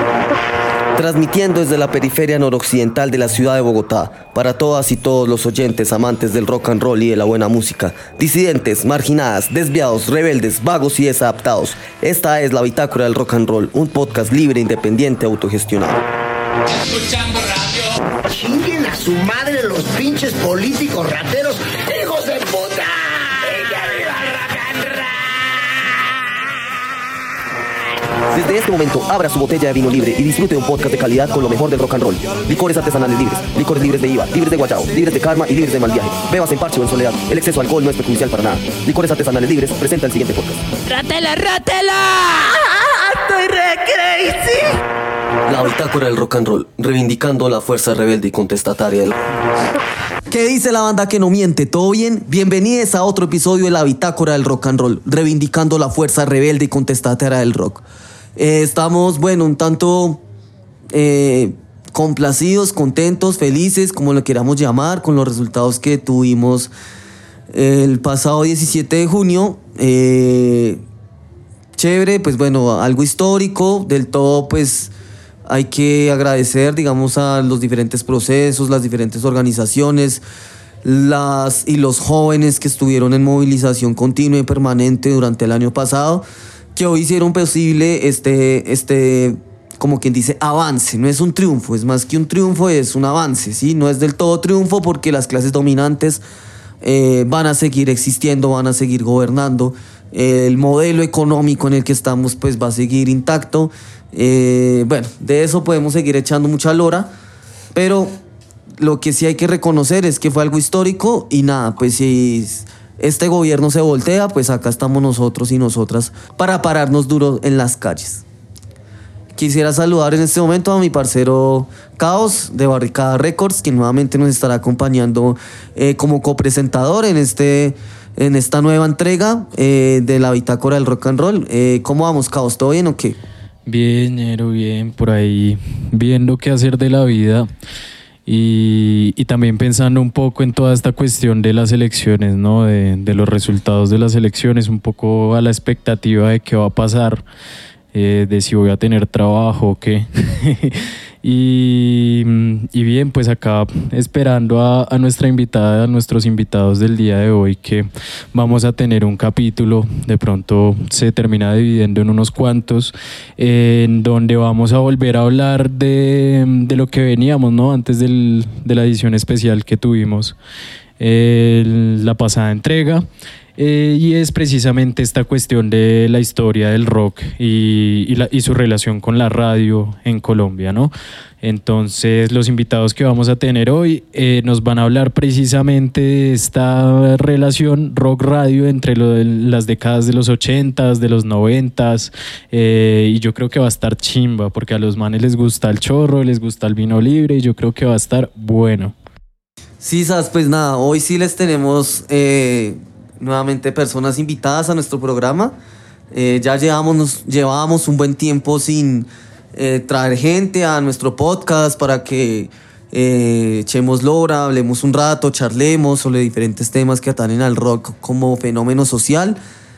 Transmitiendo desde la periferia noroccidental de la ciudad de Bogotá, para todas y todos los oyentes amantes del rock and roll y de la buena música, disidentes, marginadas, desviados, rebeldes, vagos y desadaptados. Esta es La Bitácora del Rock and Roll, un podcast libre, independiente, autogestionado. Escuchando radio. Chinguen a su madre los pinches políticos rateros, hijos de puta. Desde este momento, abra su botella de vino libre y disfrute de un podcast de calidad con lo mejor del rock and roll. Licores artesanales libres, licores libres de IVA, libres de guayao, libres de karma y libres de mal viaje. Bebas en parche o en soledad. El exceso de alcohol no es perjudicial para nada. Licores artesanales libres presenta el siguiente podcast. ¡Rátela, rátela! Estoy re crazy. La Bitácora del Rock and Roll, reivindicando la fuerza rebelde y contestataria del... ¿Qué dice la banda que no miente? ¿Todo bien? Bienvenidos a otro episodio de La Bitácora del Rock and Roll, reivindicando la fuerza rebelde y contestataria del rock. Estamos, un tanto complacidos, contentos, felices, como lo queramos llamar, con los resultados que tuvimos el pasado 17 de junio. Chévere, algo histórico, del todo, hay que agradecer, a los diferentes procesos, las diferentes organizaciones, y los jóvenes que estuvieron en movilización continua y permanente durante el año pasado, que hoy hicieron posible como quien dice, avance. No es un triunfo, es más que un triunfo, es un avance, ¿sí? No es del todo triunfo porque las clases dominantes van a seguir existiendo, van a seguir gobernando. El modelo económico en el que estamos va a seguir intacto. De eso podemos seguir echando mucha lora, pero lo que sí hay que reconocer es que fue algo histórico y nada, si este gobierno se voltea, acá estamos nosotros y nosotras para pararnos duro en las calles. Quisiera saludar en este momento a mi parcero Caos de Barricada Records, que nuevamente nos estará acompañando como copresentador en esta nueva entrega de La Bitácora del Rock and Roll. ¿Cómo vamos, Caos? ¿Todo bien o qué? Bien, Nero, bien, por ahí viendo qué hacer de la vida y también pensando un poco en toda esta cuestión de las elecciones, ¿no? De los resultados de las elecciones, un poco a la expectativa de qué va a pasar, de si voy a tener trabajo o qué. Y bien, acá esperando a nuestra invitada, a nuestros invitados del día de hoy, que vamos a tener un capítulo, de pronto se termina dividiendo en unos cuantos, en donde vamos a volver a hablar de lo que veníamos, ¿no? Antes de la edición especial que tuvimos la pasada entrega. Y es precisamente esta cuestión de la historia del rock y su relación con la radio en Colombia, ¿no? Entonces, los invitados que vamos a tener hoy nos van a hablar precisamente de esta relación rock-radio entre las décadas de los 80s, de los 90s, y yo creo que va a estar chimba, porque a los manes les gusta el chorro, les gusta el vino libre, y yo creo que va a estar bueno. Sí, nada, hoy sí les tenemos... nuevamente personas invitadas a nuestro programa. Ya llevábamos un buen tiempo sin traer gente a nuestro podcast para que echemos lora, hablemos un rato, charlemos sobre diferentes temas que atañen al rock como fenómeno social.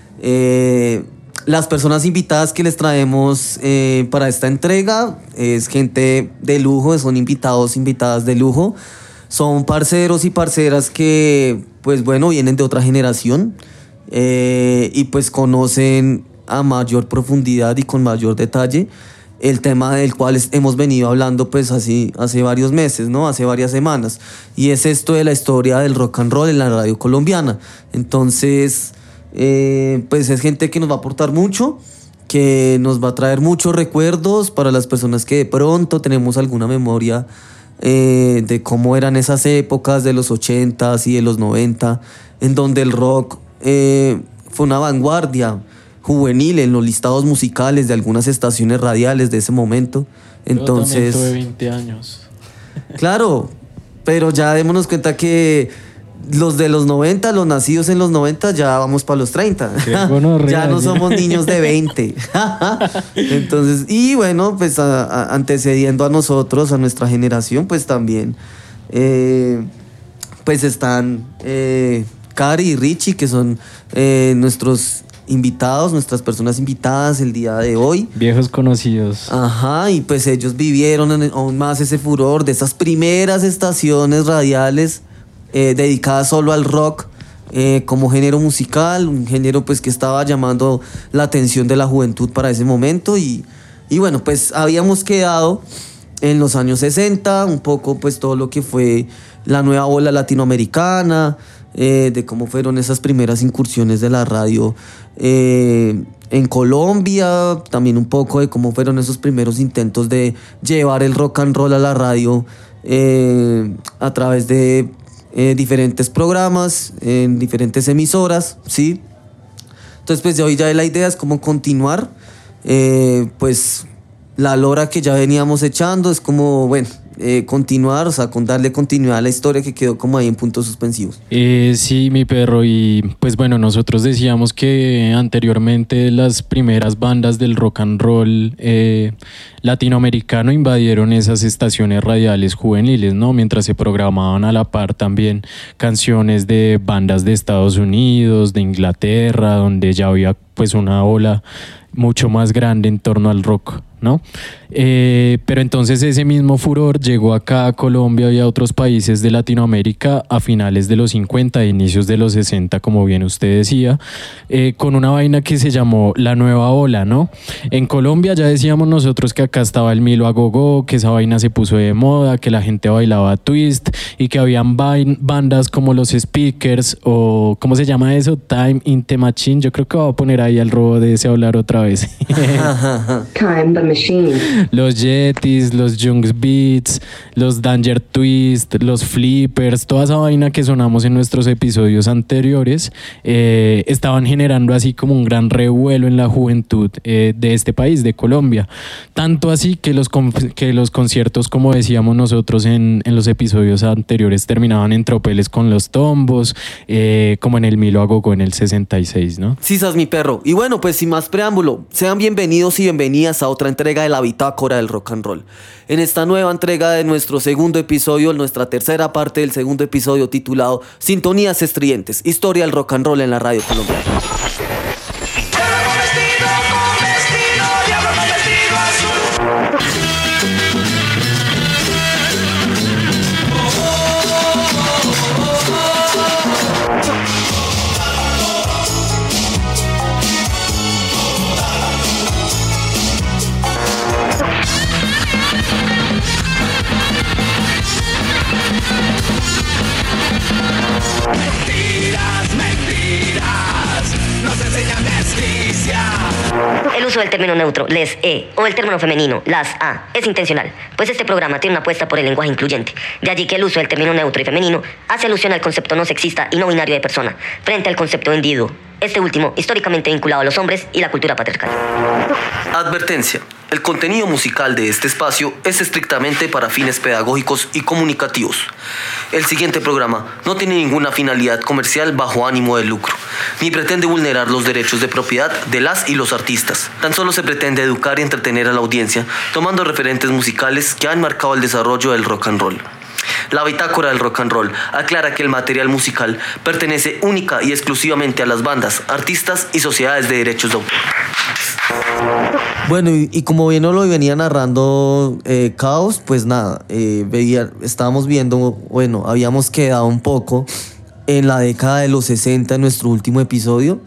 Las personas invitadas que les traemos para esta entrega es gente de lujo, son invitadas de lujo. Son parceros y parceras que, vienen de otra generación y conocen a mayor profundidad y con mayor detalle el tema del cual hemos venido hablando hace varios meses, ¿no? Hace varias semanas. Y es esto de la historia del rock and roll en la radio colombiana. Entonces, es gente que nos va a aportar mucho, que nos va a traer muchos recuerdos para las personas que de pronto tenemos alguna memoria de cómo eran esas épocas de los 80s y de los 90, en donde el rock fue una vanguardia juvenil en los listados musicales de algunas estaciones radiales de ese momento. Entonces, yo también tuve 20 años. Claro, pero ya démonos cuenta que los de los 90, los nacidos en los 90, ya vamos para los 30. Ya no somos niños de 20. Entonces, y antecediendo a nosotros, a nuestra generación, también están Cari y Richie, que son nuestros invitados, nuestras personas invitadas el día de hoy. Viejos conocidos. Ajá, y pues ellos vivieron aún más ese furor de esas primeras estaciones radiales dedicadas solo al rock como género musical, un género pues que estaba llamando la atención de la juventud para ese momento y bueno, pues habíamos quedado en los años 60, un poco pues todo lo que fue la nueva ola latinoamericana, de cómo fueron esas primeras incursiones de la radio en Colombia, también un poco de cómo fueron esos primeros intentos de llevar el rock and roll a la radio a través de diferentes programas, en diferentes emisoras, ¿sí? Entonces pues de hoy ya la idea es como continuar, pues la lora que ya veníamos echando es como, bueno, continuar, o sea, con darle continuidad a la historia que quedó como ahí en puntos suspensivos. Sí, mi perro, y pues bueno, nosotros decíamos que anteriormente las primeras bandas del rock and roll latinoamericano invadieron esas estaciones radiales juveniles, ¿no? Mientras se programaban a la par también canciones de bandas de Estados Unidos, de Inglaterra, donde ya había pues una ola mucho más grande en torno al rock, ¿no? Pero entonces ese mismo furor llegó acá a Colombia y a otros países de Latinoamérica a finales de los 50 e inicios de los 60, como bien usted decía, con una vaina que se llamó la nueva ola, ¿no? En Colombia ya decíamos nosotros que acá estaba el Milo a Gogo, que esa vaina se puso de moda, que la gente bailaba twist y que habían bandas como los Speakers o ¿cómo se llama eso? Time in the Machine. Yo creo que voy a poner ahí al robo de ese hablar otra vez. Time the Machine. Los Yetis, los Jungs Beats, los Danger Twist, los Flippers, toda esa vaina que sonamos en nuestros episodios anteriores, estaban generando así como un gran revuelo en la juventud de este país, de Colombia. Tanto así que los conciertos, como decíamos nosotros en los episodios anteriores, terminaban en tropeles con los tombos, como en el Milo a Gogo en el 66, ¿no? Sí, sas mi perro. Y bueno, pues sin más preámbulo, sean bienvenidos y bienvenidas a otra entrega de la Bitácora del Rock and Roll. En esta nueva entrega de nuestro segundo episodio, nuestra tercera parte del segundo episodio titulado Sintonías Estridentes, Historia del Rock and Roll en la Radio Colombiana. El uso del término neutro, les, o el término femenino, las, a, es intencional, pues este programa tiene una apuesta por el lenguaje incluyente. De allí que el uso del término neutro y femenino hace alusión al concepto no sexista y no binario de persona, frente al concepto de individuo, este último históricamente vinculado a los hombres y la cultura patriarcal. Advertencia. El contenido musical de este espacio es estrictamente para fines pedagógicos y comunicativos. El siguiente programa no tiene ninguna finalidad comercial bajo ánimo de lucro, ni pretende vulnerar los derechos de propiedad de las y los artistas. Tan solo se pretende educar y entretener a la audiencia, tomando referentes musicales que han marcado el desarrollo del rock and roll. La Bitácora del Rock and Roll aclara que el material musical pertenece única y exclusivamente a las bandas, artistas y sociedades de derechos de autor. Bueno, y como bien nos lo venía narrando Caos, pues nada, estábamos viendo, bueno, habíamos quedado un poco en la década de los 60 en nuestro último episodio,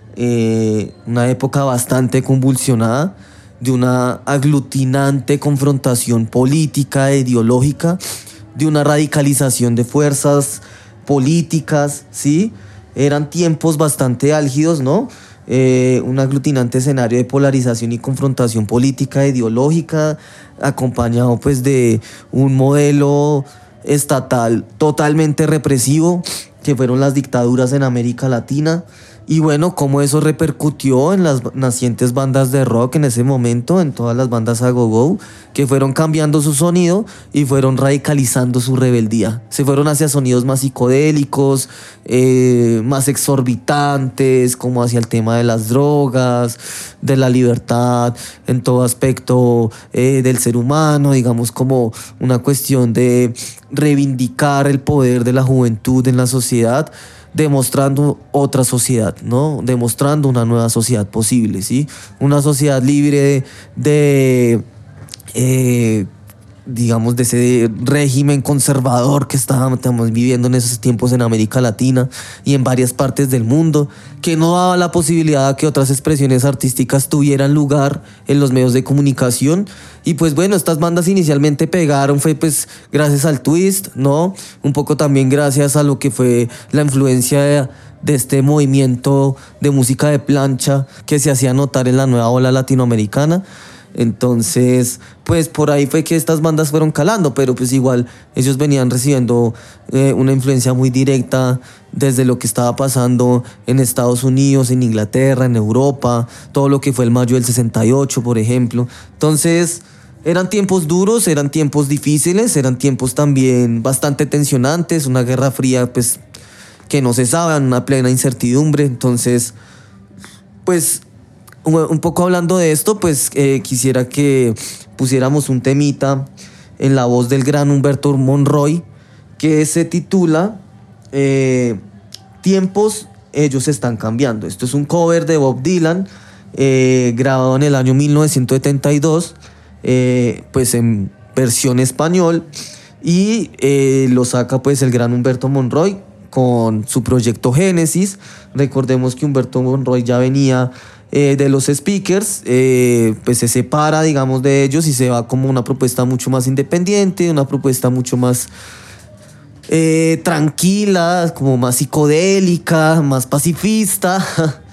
una época bastante convulsionada, de una aglutinante confrontación política e ideológica, de una radicalización de fuerzas políticas, ¿sí? Eran tiempos bastante álgidos, ¿no? Un aglutinante escenario de polarización y confrontación política e ideológica, acompañado pues de un modelo estatal totalmente represivo, que fueron las dictaduras en América Latina. Y bueno, cómo eso repercutió en las nacientes bandas de rock en ese momento, en todas las bandas a go-go, que fueron cambiando su sonido y fueron radicalizando su rebeldía. Se fueron hacia sonidos más psicodélicos, más exorbitantes, como hacia el tema de las drogas, de la libertad, en todo aspecto del ser humano, digamos como una cuestión de reivindicar el poder de la juventud en la sociedad. demostrando otra sociedad, ¿no? Demostrando una nueva sociedad posible, ¿sí? Una sociedad libre digamos, de ese régimen conservador que estamos viviendo en esos tiempos en América Latina y en varias partes del mundo, que no daba la posibilidad de que otras expresiones artísticas tuvieran lugar en los medios de comunicación. Y pues bueno, estas bandas inicialmente pegaron, fue pues gracias al twist, ¿no? Un poco también gracias a lo que fue la influencia de este movimiento de música de plancha que se hacía notar en la nueva ola latinoamericana. Entonces, pues por ahí fue que estas bandas fueron calando, pero pues igual ellos venían recibiendo una influencia muy directa desde lo que estaba pasando en Estados Unidos, en Inglaterra, en Europa, todo lo que fue el mayo del 68, por ejemplo. Entonces, eran tiempos duros, eran tiempos difíciles, eran tiempos también bastante tensionantes, una guerra fría pues que no cesaba, una plena incertidumbre. Entonces, pues un poco hablando de esto, pues quisiera que pusiéramos un temita en la voz del gran Humberto Monroy que se titula Tiempos, ellos están cambiando. Esto es un cover de Bob Dylan grabado en el año 1972, pues en versión español, y lo saca pues el gran Humberto Monroy con su proyecto Génesis. Recordemos que Humberto Monroy ya venía de los Speakers, pues se separa, digamos, de ellos y se va como una propuesta mucho más independiente, una propuesta mucho más tranquila, como más psicodélica, más pacifista.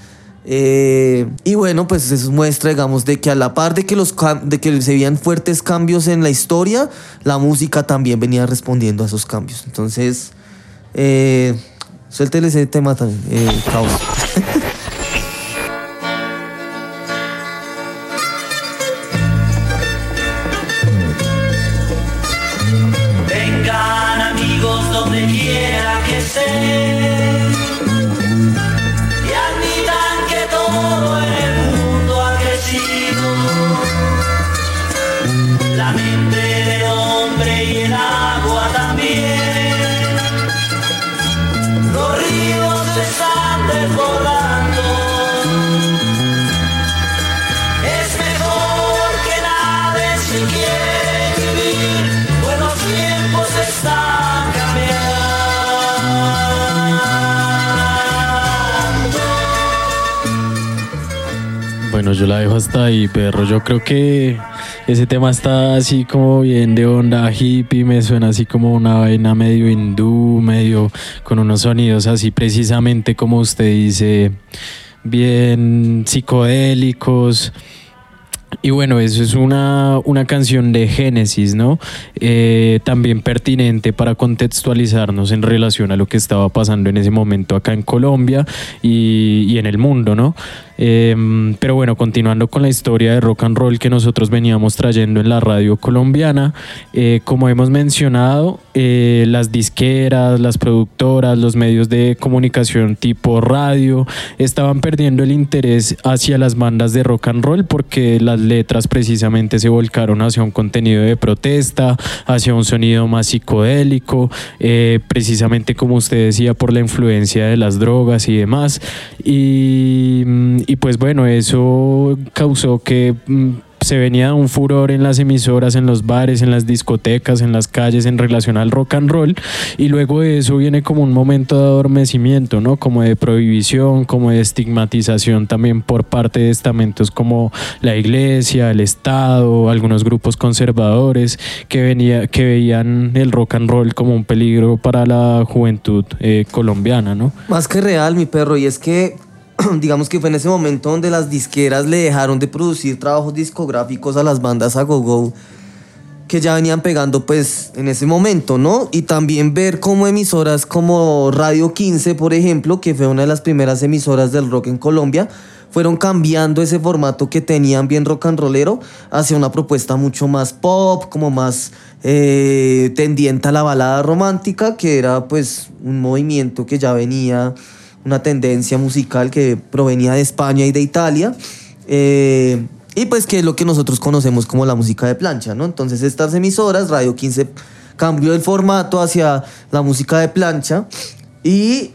Y bueno, pues eso muestra, digamos, de que a la par de que se veían fuertes cambios en la historia, la música también venía respondiendo a esos cambios. Entonces, suéltele ese tema también, Caos. Bueno, yo la dejo hasta ahí, perro. Yo creo que ese tema está así como bien de onda hippie, me suena así como una vaina medio hindú, medio con unos sonidos así precisamente como usted dice, bien psicodélicos. Y bueno, eso es una canción de Génesis, ¿no? También pertinente para contextualizarnos en relación a lo que estaba pasando en ese momento acá en Colombia y en el mundo, ¿no? Pero bueno, continuando con la historia de rock and roll que nosotros veníamos trayendo en la radio colombiana, como hemos mencionado, las disqueras, las productoras, los medios de comunicación tipo radio estaban perdiendo el interés hacia las bandas de rock and roll porque las letras precisamente se volcaron hacia un contenido de protesta, hacia un sonido más psicodélico, precisamente como usted decía, por la influencia de las drogas y demás. Y pues bueno, eso causó que se venía un furor en las emisoras, en los bares, en las discotecas, en las calles en relación al rock and roll, y luego de eso viene como un momento de adormecimiento, ¿no? Como de prohibición, como de estigmatización también por parte de estamentos como la iglesia, el Estado, algunos grupos conservadores que veían el rock and roll como un peligro para la juventud colombiana, ¿no? Más que real, mi perro, y es que digamos que fue en ese momento donde las disqueras le dejaron de producir trabajos discográficos a las bandas a go-go que ya venían pegando pues en ese momento, ¿no? Y también ver cómo emisoras como Radio 15, por ejemplo, que fue una de las primeras emisoras del rock en Colombia, fueron cambiando ese formato que tenían bien rock and rollero hacia una propuesta mucho más pop, como más tendiente a la balada romántica, que era pues un movimiento que ya venía, una tendencia musical que provenía de España y de Italia, y pues que es lo que nosotros conocemos como la música de plancha, ¿no? Entonces estas emisoras, Radio 15 cambió el formato hacia la música de plancha, Y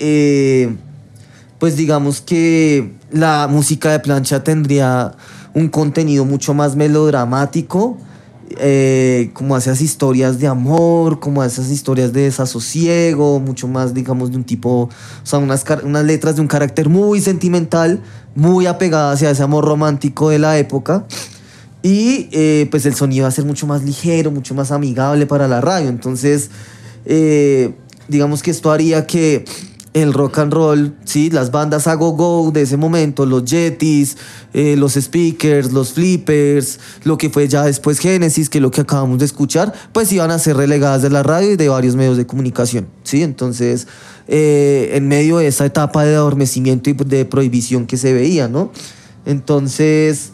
pues digamos que la música de plancha tendría un contenido mucho más melodramático, como esas historias de amor, como esas historias de desasosiego, mucho más, digamos, de un tipo, o sea, unas letras de un carácter muy sentimental, muy apegadas hacia ese amor romántico de la época. Y pues el sonido va a ser mucho más ligero, mucho más amigable para la radio. Entonces, digamos que esto haría que el rock and roll, ¿sí? Las bandas a go-go de ese momento, los Yetis, los Speakers, los Flippers, lo que fue ya después Genesis, que es lo que acabamos de escuchar, pues iban a ser relegadas de la radio y de varios medios de comunicación, ¿sí? Entonces, en medio de esa etapa de adormecimiento y de prohibición que se veía, ¿no? Entonces,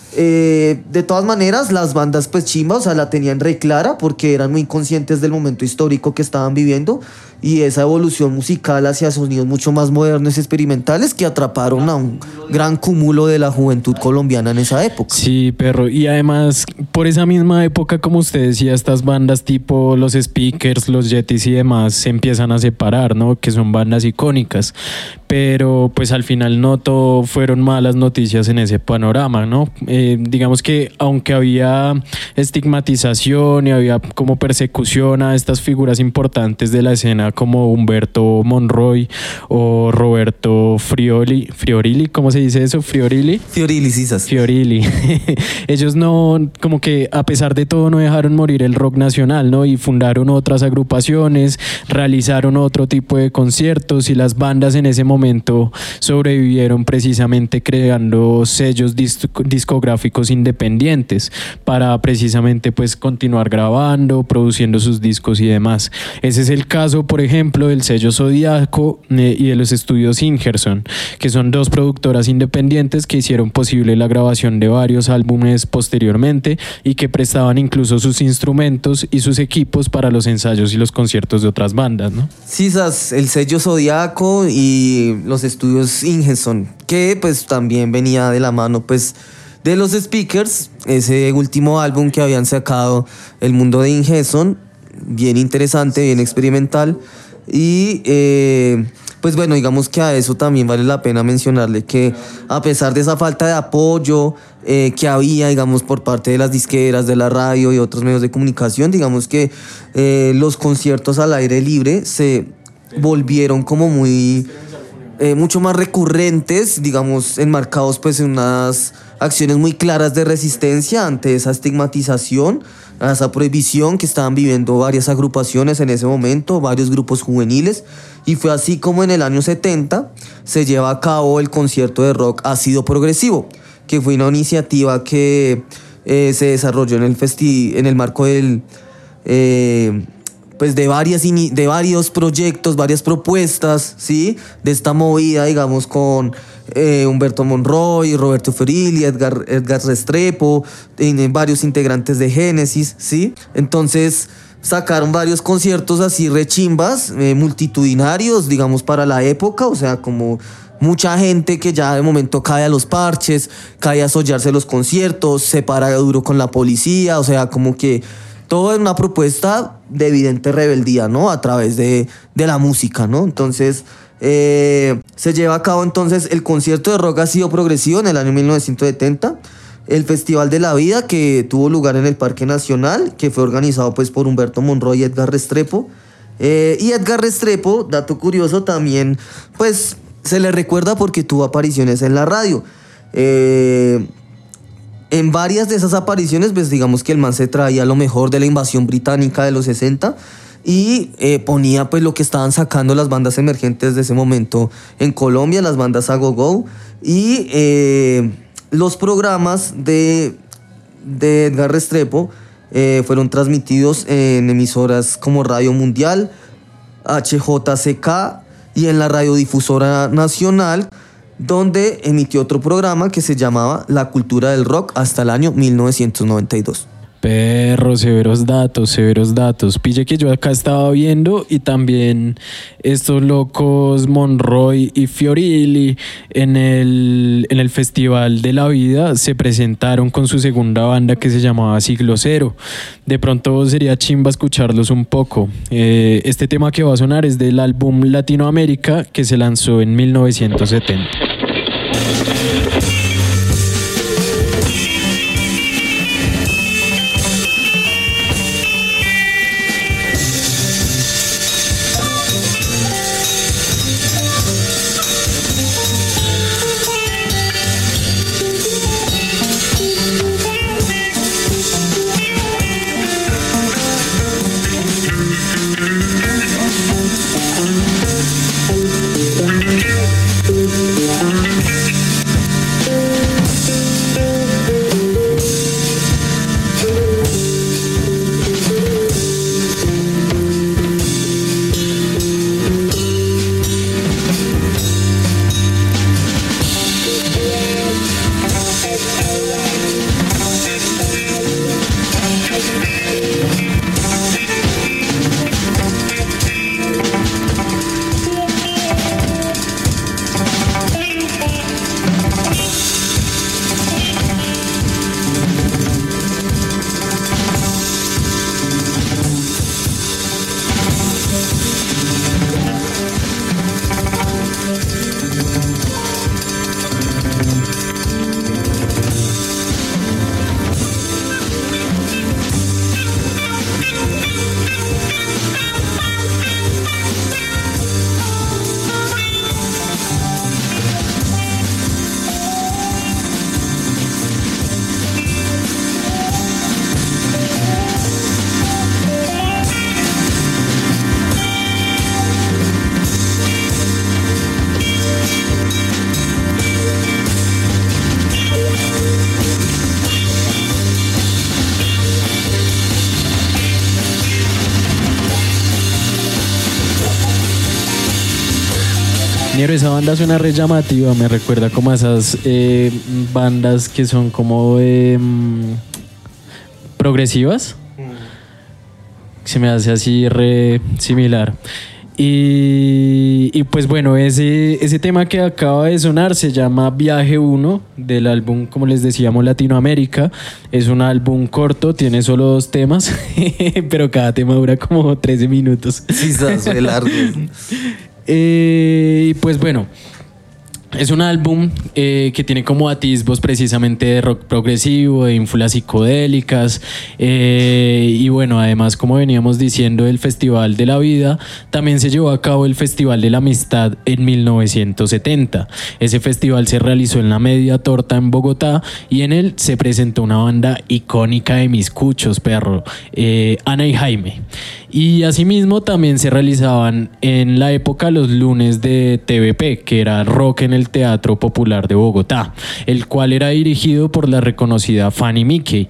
de todas maneras, las bandas pues chimba, o sea, la tenían re clara porque eran muy conscientes del momento histórico que estaban viviendo y esa evolución musical hacia sonidos mucho más modernos y experimentales que atraparon a un gran cúmulo de la juventud colombiana en esa época. Sí, perro, y además por esa misma época, como usted decía, estas bandas tipo los Speakers, los Yetis y demás se empiezan a separar, ¿no? Que son bandas icónicas, pero pues al final no todo fueron malas noticias en ese panorama, ¿no? Digamos que aunque había estigmatización y había como persecución a estas figuras importantes de la escena como Humberto Monroy o Roberto Fiorilli, ¿cómo se dice eso? Fiorilli, sisas. Fiorilli. Ellos no, como que a pesar de todo no dejaron morir el rock nacional, ¿no? Y fundaron otras agrupaciones, realizaron otro tipo de conciertos y las bandas en ese momento sobrevivieron precisamente creando sellos discográficos independientes para precisamente pues continuar grabando, produciendo sus discos y demás. Ese es el caso, por ejemplo, del sello Zodiaco y de los estudios Ingerson, que son dos productoras independientes que hicieron posible la grabación de varios álbumes posteriormente y que prestaban incluso sus instrumentos y sus equipos para los ensayos y los conciertos de otras bandas, ¿no? Sí, el sello Zodiaco y los estudios Ingerson, que pues también venía de la mano pues de los Speakers, ese último álbum que habían sacado, El Mundo de Ingerson, bien interesante, bien experimental. Y pues bueno, digamos que a eso también vale la pena mencionarle que a pesar de esa falta de apoyo que había, digamos, por parte de las disqueras, de la radio y otros medios de comunicación, digamos que los conciertos al aire libre se volvieron como mucho más recurrentes, digamos, enmarcados pues en unas acciones muy claras de resistencia ante esa estigmatización, a esa prohibición que estaban viviendo varias agrupaciones en ese momento, varios grupos juveniles, y fue así como en el año 70 se lleva a cabo el concierto de rock Ácido Progresivo, que fue una iniciativa que se desarrolló en el marco del pues de varios proyectos, varias propuestas, ¿sí? De esta movida, digamos, con Humberto Monroy, Roberto Fiorilli, Edgar Restrepo, varios integrantes de Génesis, ¿sí? Entonces sacaron varios conciertos así rechimbas, multitudinarios, digamos, para la época, o sea, como mucha gente que ya de momento cae a los parches, cae a sollarse los conciertos, se para duro con la policía, o sea, como que todo es una propuesta de evidente rebeldía, ¿no? A través de la música, ¿no? Entonces, se lleva a cabo entonces el concierto de rock Ácido Progresivo en el año 1970, el Festival de la Vida que tuvo lugar en el Parque Nacional, que fue organizado pues por Humberto Monroy y Edgar Restrepo. Y Edgar Restrepo, dato curioso también, pues se le recuerda porque tuvo apariciones en la radio. En varias de esas apariciones, pues digamos que el man se traía lo mejor de la invasión británica de los 60 y ponía pues lo que estaban sacando las bandas emergentes de ese momento en Colombia, las bandas a go-go, y los programas de Edgar Restrepo fueron transmitidos en emisoras como Radio Mundial, HJCK y en la Radiodifusora Nacional, donde emitió otro programa que se llamaba La Cultura del Rock hasta el año 1992. Perro, severos datos. Pille que yo acá estaba viendo y también estos locos Monroy y Fiorilli en el Festival de la Vida se presentaron con su segunda banda que se llamaba Siglo Cero. De pronto sería chimba escucharlos un poco. Este tema que va a sonar es del álbum Latinoamérica que se lanzó en 1970. Esa banda suena re llamativa, me recuerda como a esas bandas que son como progresivas. Se me hace así re similar. Y pues bueno, ese tema que acaba de sonar se llama Viaje 1 del álbum, como les decíamos, Latinoamérica. Es un álbum corto, tiene solo 2 temas, pero cada tema dura como 13 minutos. Sí, es largo. Y pues bueno, es un álbum que tiene como atisbos precisamente de rock progresivo, de ínfulas psicodélicas y bueno, además, como veníamos diciendo, del Festival de la Vida, también se llevó a cabo el Festival de la Amistad en 1970. Ese festival se realizó en la Media Torta en Bogotá y en él se presentó una banda icónica de mis cuchos, perro, Ana y Jaime. Y asimismo también se realizaban en la época los lunes de TVP, que era rock en el Teatro Popular de Bogotá, el cual era dirigido por la reconocida Fanny Mickey.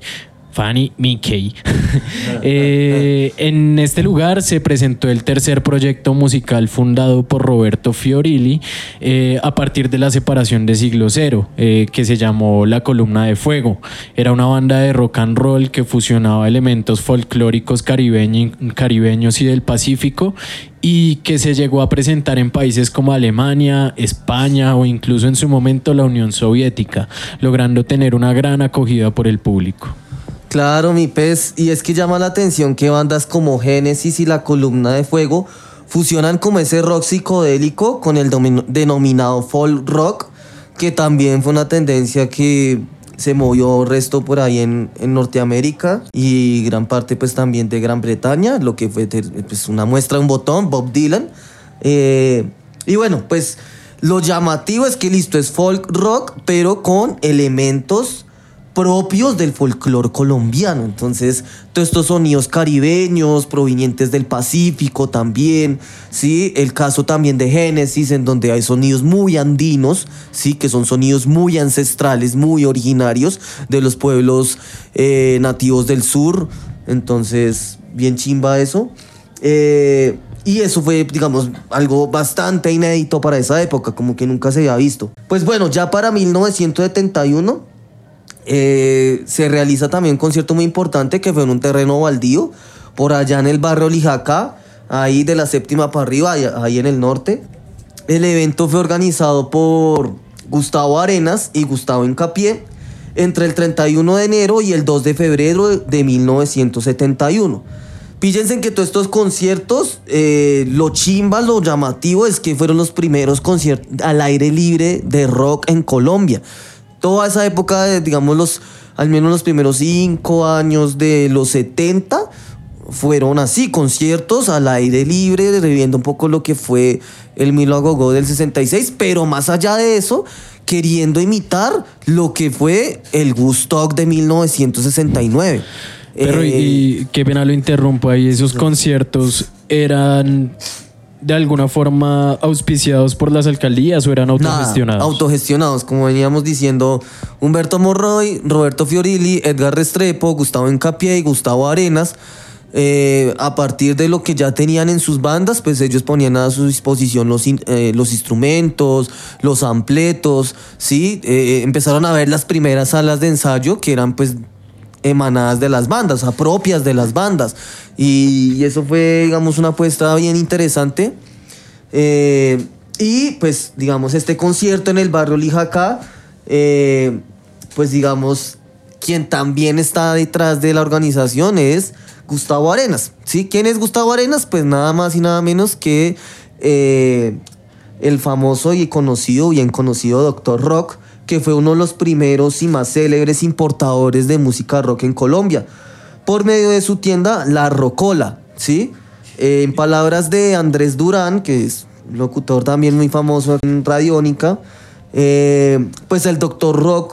En este lugar se presentó el tercer proyecto musical fundado por Roberto Fiorilli a partir de la separación de Siglo Cero, que se llamó La Columna de Fuego. Era una banda de rock and roll que fusionaba elementos folclóricos caribeños y del Pacífico, y que se llegó a presentar en países como Alemania, España o incluso en su momento la Unión Soviética, logrando tener una gran acogida por el público. Claro, mi pez, y es que llama la atención que bandas como Génesis y La Columna de Fuego fusionan como ese rock psicodélico con el denominado folk rock, que también fue una tendencia que se movió resto por ahí en Norteamérica y gran parte pues también de Gran Bretaña, lo que fue pues, una muestra, un botón, Bob Dylan. Y bueno, pues lo llamativo es que listo, es folk rock, pero con elementos propios del folclore colombiano. Entonces, todos estos sonidos caribeños provenientes del Pacífico también, ¿sí? El caso también de Génesis, en donde hay sonidos muy andinos, ¿sí? Que son sonidos muy ancestrales, muy originarios de los pueblos nativos del sur. Entonces, bien chimba eso. Y eso fue, digamos, algo bastante inédito para esa época, como que nunca se había visto. Pues bueno, ya para 1971... Se realiza también un concierto muy importante que fue en un terreno baldío, por allá en el barrio Lijacá, ahí de la séptima para arriba, ahí en el norte. El evento fue organizado por Gustavo Arenas y Gustavo Hincapié entre el 31 de enero y el 2 de febrero de 1971. Fíjense en que todos estos conciertos, lo chimba, lo llamativo es que fueron los primeros conciertos al aire libre de rock en Colombia. Toda esa época, digamos, al menos los primeros 5 años de los 70, fueron así, conciertos al aire libre, reviviendo un poco lo que fue el Milo a Gogó del 66, pero más allá de eso, queriendo imitar lo que fue el Woodstock de 1969. Pero y qué pena lo interrumpo ahí, esos conciertos eran de alguna forma auspiciados por las alcaldías o eran autogestionados. Nada, autogestionados, como veníamos diciendo, Humberto Monroy, Roberto Fiorilli, Edgar Restrepo, Gustavo Hincapié y Gustavo Arenas. A partir de lo que ya tenían en sus bandas, pues ellos ponían a su disposición los instrumentos, los ampletos, ¿sí? Empezaron a ver las primeras salas de ensayo que eran pues emanadas de las bandas, o sea, propias de las bandas, y eso fue, digamos, una apuesta bien interesante. Y pues, digamos, este concierto en el barrio Lijacá, pues digamos, quien también está detrás de la organización es Gustavo Arenas, ¿sí? ¿Quién es Gustavo Arenas? Pues nada más y nada menos que el famoso y bien conocido Dr. Rock, que fue uno de los primeros y más célebres importadores de música rock en Colombia, por medio de su tienda La Rocola, ¿sí? En palabras de Andrés Durán, que es locutor también muy famoso en Radiónica, pues el Dr. Rock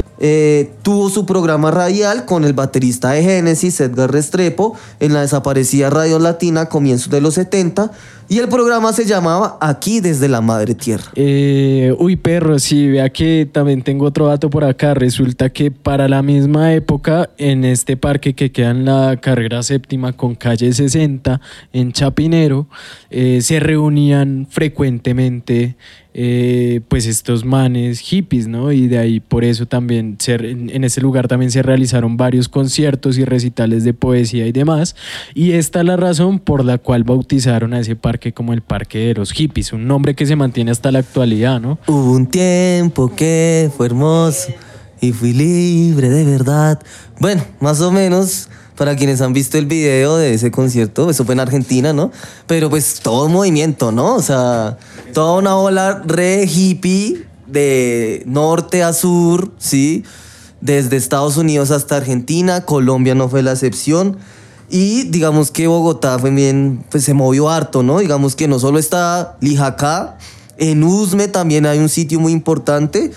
tuvo su programa radial con el baterista de Génesis, Edgar Restrepo, en la desaparecida Radio Latina a comienzos de los 70, y el programa se llamaba Aquí desde la Madre Tierra. Uy, perro, sí, vea que también tengo otro dato por acá. Resulta que para la misma época, en este parque que queda en la carrera séptima con calle 60, en Chapinero, se reunían frecuentemente pues estos manes hippies, ¿no? Y de ahí por eso también en ese lugar también se realizaron varios conciertos y recitales de poesía y demás, y esta es la razón por la cual bautizaron a ese parque como el Parque de los Hippies, un nombre que se mantiene hasta la actualidad, ¿no? Hubo un tiempo que fue hermoso y fui libre de verdad. Bueno, más o menos, para quienes han visto el video de ese concierto, eso fue en Argentina, ¿no? Pero pues todo movimiento, ¿no? O sea, toda una ola re hippie de norte a sur, ¿sí? Desde Estados Unidos hasta Argentina, Colombia no fue la excepción. Y digamos que Bogotá también pues, se movió harto, ¿no? Digamos que no solo está Lijacá, en Usme también hay un sitio muy importante,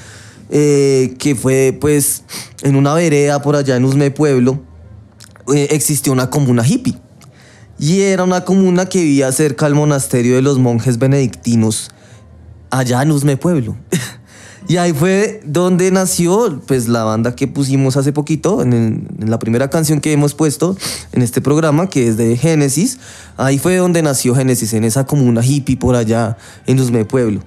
que fue pues en una vereda por allá en Usme Pueblo, existió una comuna hippie. Y era una comuna que vivía cerca al monasterio de los monjes benedictinos, allá en Usme Pueblo. Y ahí fue donde nació pues, la banda que pusimos hace poquito, en la primera canción que hemos puesto en este programa, que es de Génesis. Ahí fue donde nació Génesis, en esa comuna hippie por allá en Usme Pueblo.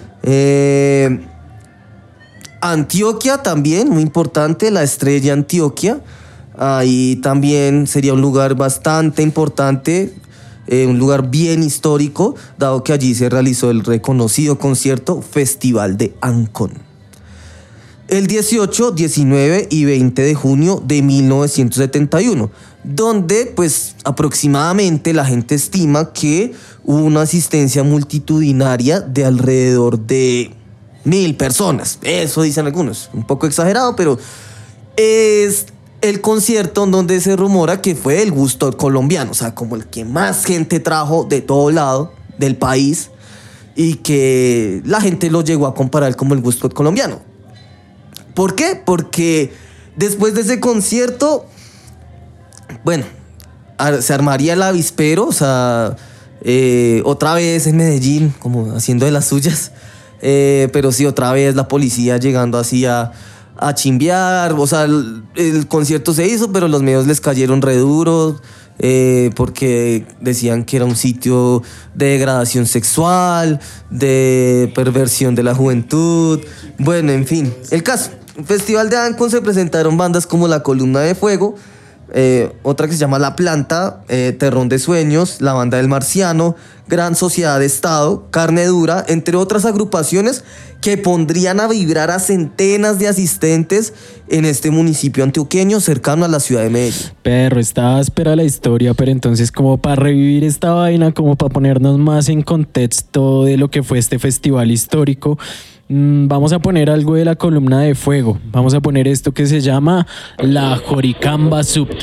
Antioquia también, muy importante, la Estrella Antioquia. Ahí también sería un lugar bastante importante, un lugar bien histórico, dado que allí se realizó el reconocido concierto Festival de Ancón. El 18, 19 y 20 de junio de 1971, donde pues aproximadamente la gente estima que hubo una asistencia multitudinaria de alrededor de 1,000 personas. Eso dicen algunos, un poco exagerado, pero es el concierto en donde se rumora que fue el Woodstock colombiano, o sea, como el que más gente trajo de todo lado del país y que la gente lo llegó a comparar como el Woodstock colombiano. ¿Por qué? Porque después de ese concierto, bueno, se armaría el avispero, o sea, otra vez en Medellín, como haciendo de las suyas, pero sí, otra vez la policía llegando así a chimbear. O sea, el concierto se hizo, pero los medios les cayeron re duros, porque decían que era un sitio de degradación sexual, de perversión de la juventud. Bueno, en fin, el caso Festival de Ancon se presentaron bandas como La Columna de Fuego, otra que se llama La Planta, Terrón de Sueños, La Banda del Marciano, Gran Sociedad de Estado, Carne Dura, entre otras agrupaciones que pondrían a vibrar a centenas de asistentes en este municipio antioqueño cercano a la ciudad de Medellín. Perro, estaba espera la historia, pero entonces como para revivir esta vaina, como para ponernos más en contexto de lo que fue este festival histórico, vamos a poner algo de La Columna de Fuego. Vamos a poner esto que se llama La Joricamba Supt.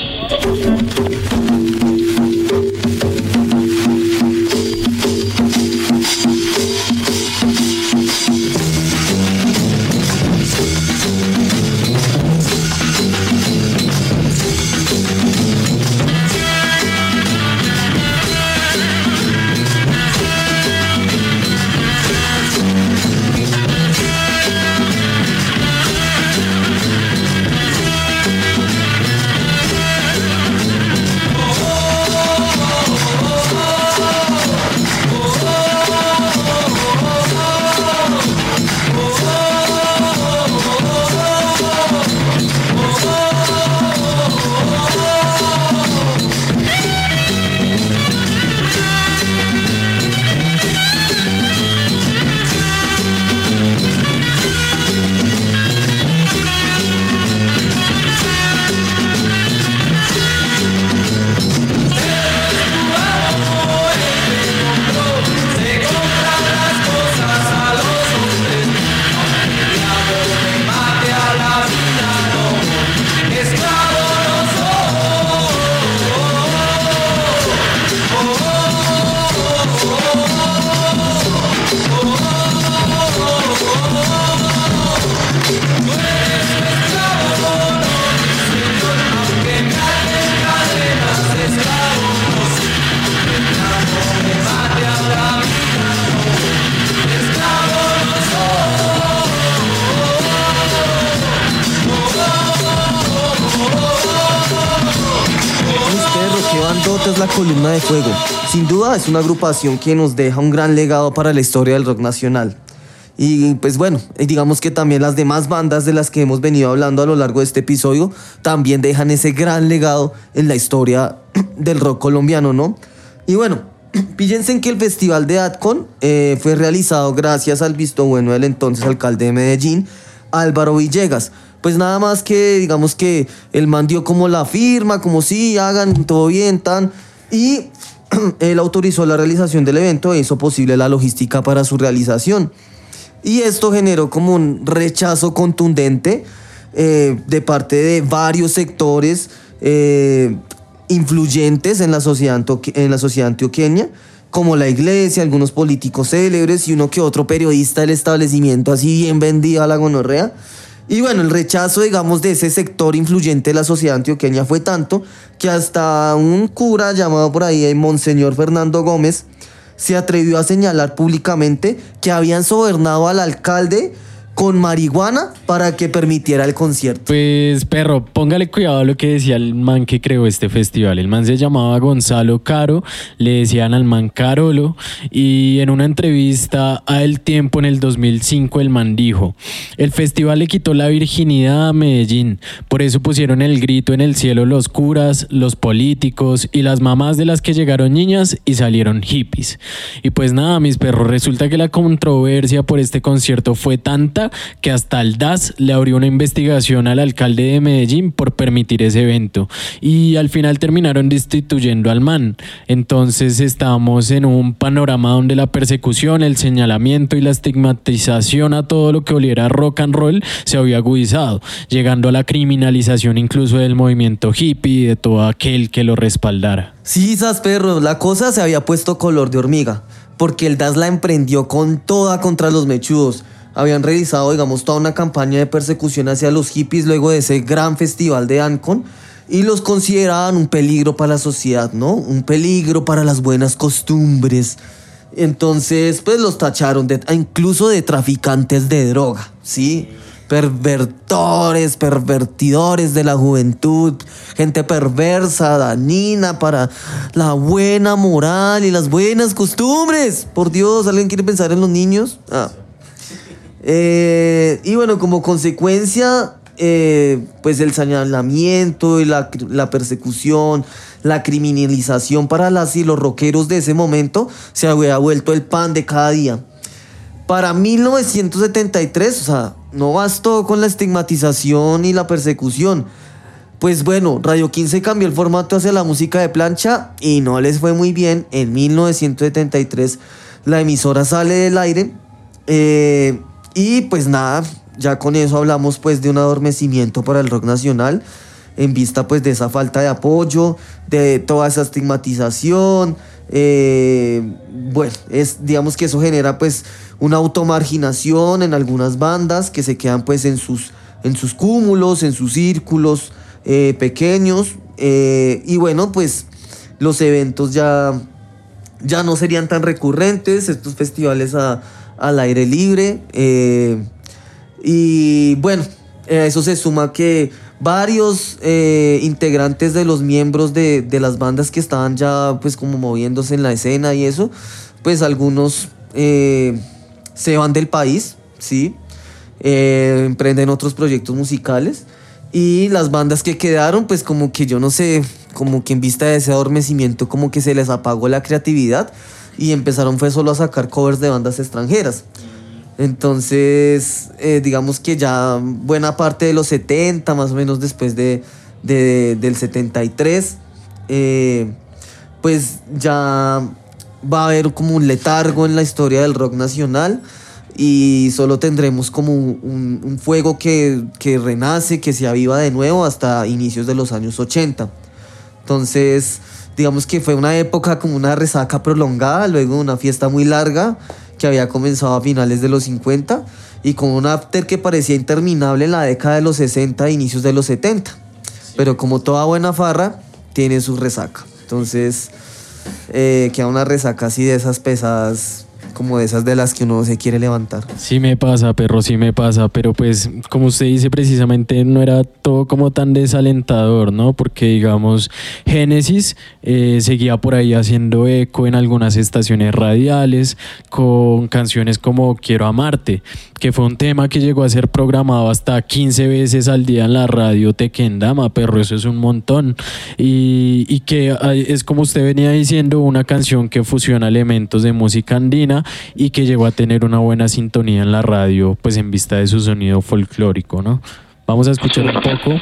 La Columna de Fuego. Sin duda es una agrupación que nos deja un gran legado para la historia del rock nacional. Y pues bueno, digamos que también las demás bandas de las que hemos venido hablando a lo largo de este episodio también dejan ese gran legado en la historia del rock colombiano, ¿no? Y bueno, fíjense en que el Festival de Ancon fue realizado gracias al visto bueno del entonces alcalde de Medellín, Álvaro Villegas. Pues nada más que, digamos que el man dio como la firma, como sí, hagan todo bien, tan. Y él autorizó la realización del evento e hizo posible la logística para su realización. Y esto generó como un rechazo contundente de parte de varios sectores influyentes en la sociedad antioqueña, como la iglesia, algunos políticos célebres y uno que otro periodista del establecimiento así bien vendido a la gonorrea. Y bueno, el rechazo, digamos, de ese sector influyente de la sociedad antioqueña fue tanto que hasta un cura llamado por ahí Monseñor Fernando Gómez se atrevió a señalar públicamente que habían sobornado al alcalde con marihuana para que permitiera el concierto. Pues, perro, póngale cuidado a lo que decía el man que creó este festival. El man se llamaba Gonzalo Caro, le decían al man Carolo, y en una entrevista a El Tiempo en el 2005 el man dijo: el festival le quitó la virginidad a Medellín, por eso pusieron el grito en el cielo los curas, los políticos y las mamás de las que llegaron niñas y salieron hippies. Y pues nada, mis perros, resulta que la controversia por este concierto fue tanta que hasta el DAS le abrió una investigación al alcalde de Medellín por permitir ese evento y al final terminaron destituyendo al man. Entonces estamos en un panorama donde la persecución, el señalamiento y la estigmatización a todo lo que oliera a rock and roll se había agudizado, llegando a la criminalización incluso del movimiento hippie y de todo aquel que lo respaldara. Sí, sas perro, la cosa se había puesto color de hormiga, porque el DAS la emprendió con toda contra los mechudos. Habían realizado, digamos, toda una campaña de persecución hacia los hippies luego de ese gran festival de Ancon y los consideraban un peligro para la sociedad, ¿no? Un peligro para las buenas costumbres. Entonces, pues los tacharon incluso de traficantes de droga, ¿sí? Pervertidores de la juventud, gente perversa, dañina para la buena moral y las buenas costumbres. Por Dios, ¿alguien quiere pensar en los niños? Y bueno, como consecuencia, pues el señalamiento y la persecución, la criminalización para las y los rockeros de ese momento se había vuelto el pan de cada día. Para 1973, o sea, no bastó con la estigmatización y la persecución. Pues bueno, Radio 15 cambió el formato hacia la música de plancha y no les fue muy bien. En 1973 la emisora sale del aire y pues nada, ya con eso hablamos pues de un adormecimiento para el rock nacional en vista pues de esa falta de apoyo, de toda esa estigmatización. Bueno, digamos que eso genera pues una automarginación en algunas bandas que se quedan pues en sus cúmulos, en sus círculos pequeños, y bueno, pues los eventos ya no serían tan recurrentes, estos festivales al aire libre, y bueno, a eso se suma que varios integrantes de los miembros de las bandas que estaban ya pues como moviéndose en la escena y eso, pues algunos se van del país, ¿sí? Emprenden otros proyectos musicales y las bandas que quedaron pues como que yo no sé, como que en vista de ese adormecimiento como que se les apagó la creatividad y empezaron fue solo a sacar covers de bandas extranjeras. Entonces, digamos que ya buena parte de los 70, más o menos después del 73, pues ya va a haber como un letargo en la historia del rock nacional y solo tendremos como un fuego que renace, que se aviva de nuevo hasta inicios de los años 80. Entonces, digamos que fue una época como una resaca prolongada, luego una fiesta muy larga, que había comenzado a finales de los 50 y con un after que parecía interminable en la década de los 60 e inicios de los 70. Sí. Pero como toda buena farra, tiene su resaca. Entonces, queda una resaca así de esas pesadas, como de esas de las que uno se quiere levantar. Sí me pasa, perro, sí me pasa, pero pues como usted dice precisamente no era todo como tan desalentador, ¿no? Porque digamos Génesis seguía por ahí haciendo eco en algunas estaciones radiales con canciones como Quiero Amarte, que fue un tema que llegó a ser programado hasta 15 veces al día en la radio Tequendama, perro, eso es un montón. Y que es como usted venía diciendo, una canción que fusiona elementos de música andina y que llegó a tener una buena sintonía en la radio, pues en vista de su sonido folclórico, ¿no? Vamos a escuchar un poco.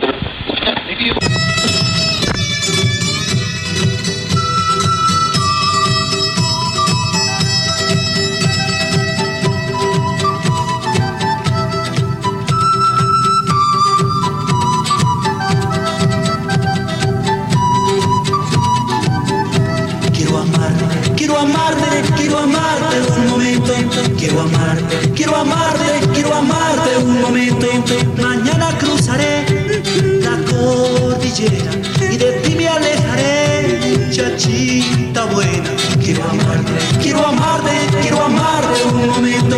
Quiero amarte un momento. Mañana cruzaré la cordillera y de ti me alejaré, chachita buena. Quiero amarte un momento.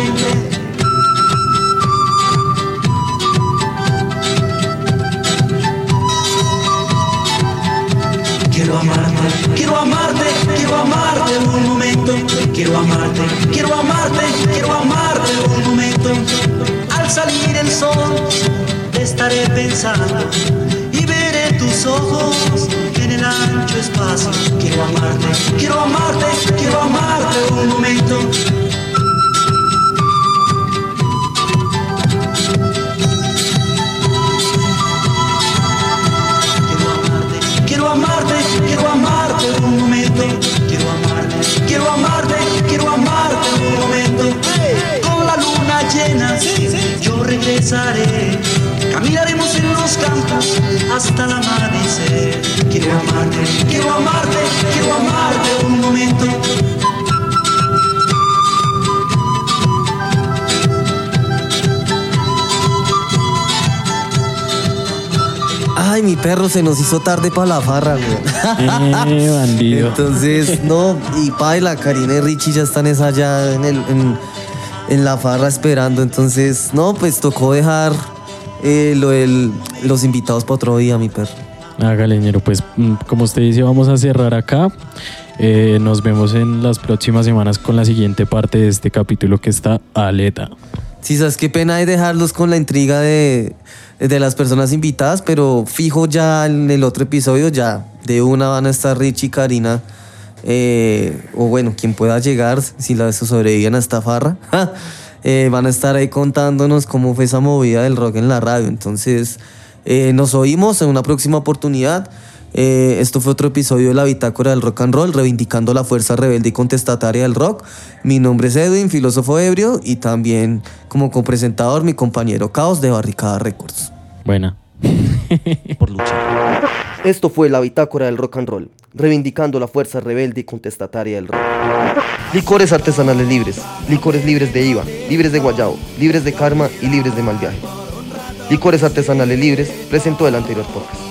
Quiero amarte un momento. Quiero amarte un momento. Al salir el sol te estaré pensando y veré tus ojos en el ancho espacio. Quiero amarte un momento. Quiero amarte un momento. Quiero amarte un momento. Con la luna llena yo regresaré. Caminaremos en los campos hasta el amanecer. Quiero amarte un momento. Ay, mi perro, se nos hizo tarde para la farra, güey. Bandido. Entonces, no, y paila, Karina y Richie ya están allá en la farra esperando. Entonces, no, pues tocó dejar los invitados para otro día, mi perro. Hágale, ñero, pues como usted dice, vamos a cerrar acá. Nos vemos en las próximas semanas con la siguiente parte de este capítulo que está aleta. Sí, sabes qué pena es dejarlos con la intriga de las personas invitadas, pero fijo ya en el otro episodio ya de una van a estar Richie y Karina, o bueno, quien pueda llegar, si la sobreviven a esta farra, van a estar ahí contándonos cómo fue esa movida del rock en la radio. Entonces, nos oímos en una próxima oportunidad. Esto fue otro episodio de la Bitácora del Rock and Roll, reivindicando la fuerza rebelde y contestataria del rock. Mi nombre es Edwin, filósofo ebrio, y también como copresentador mi compañero Caos de Barricada Records. Buena. Por luchar. Esto fue la Bitácora del Rock and Roll, reivindicando la fuerza rebelde y contestataria del rock. Licores artesanales libres, licores libres de IVA, libres de guayabo, libres de karma y libres de mal viaje. Licores artesanales libres presentó el anterior podcast.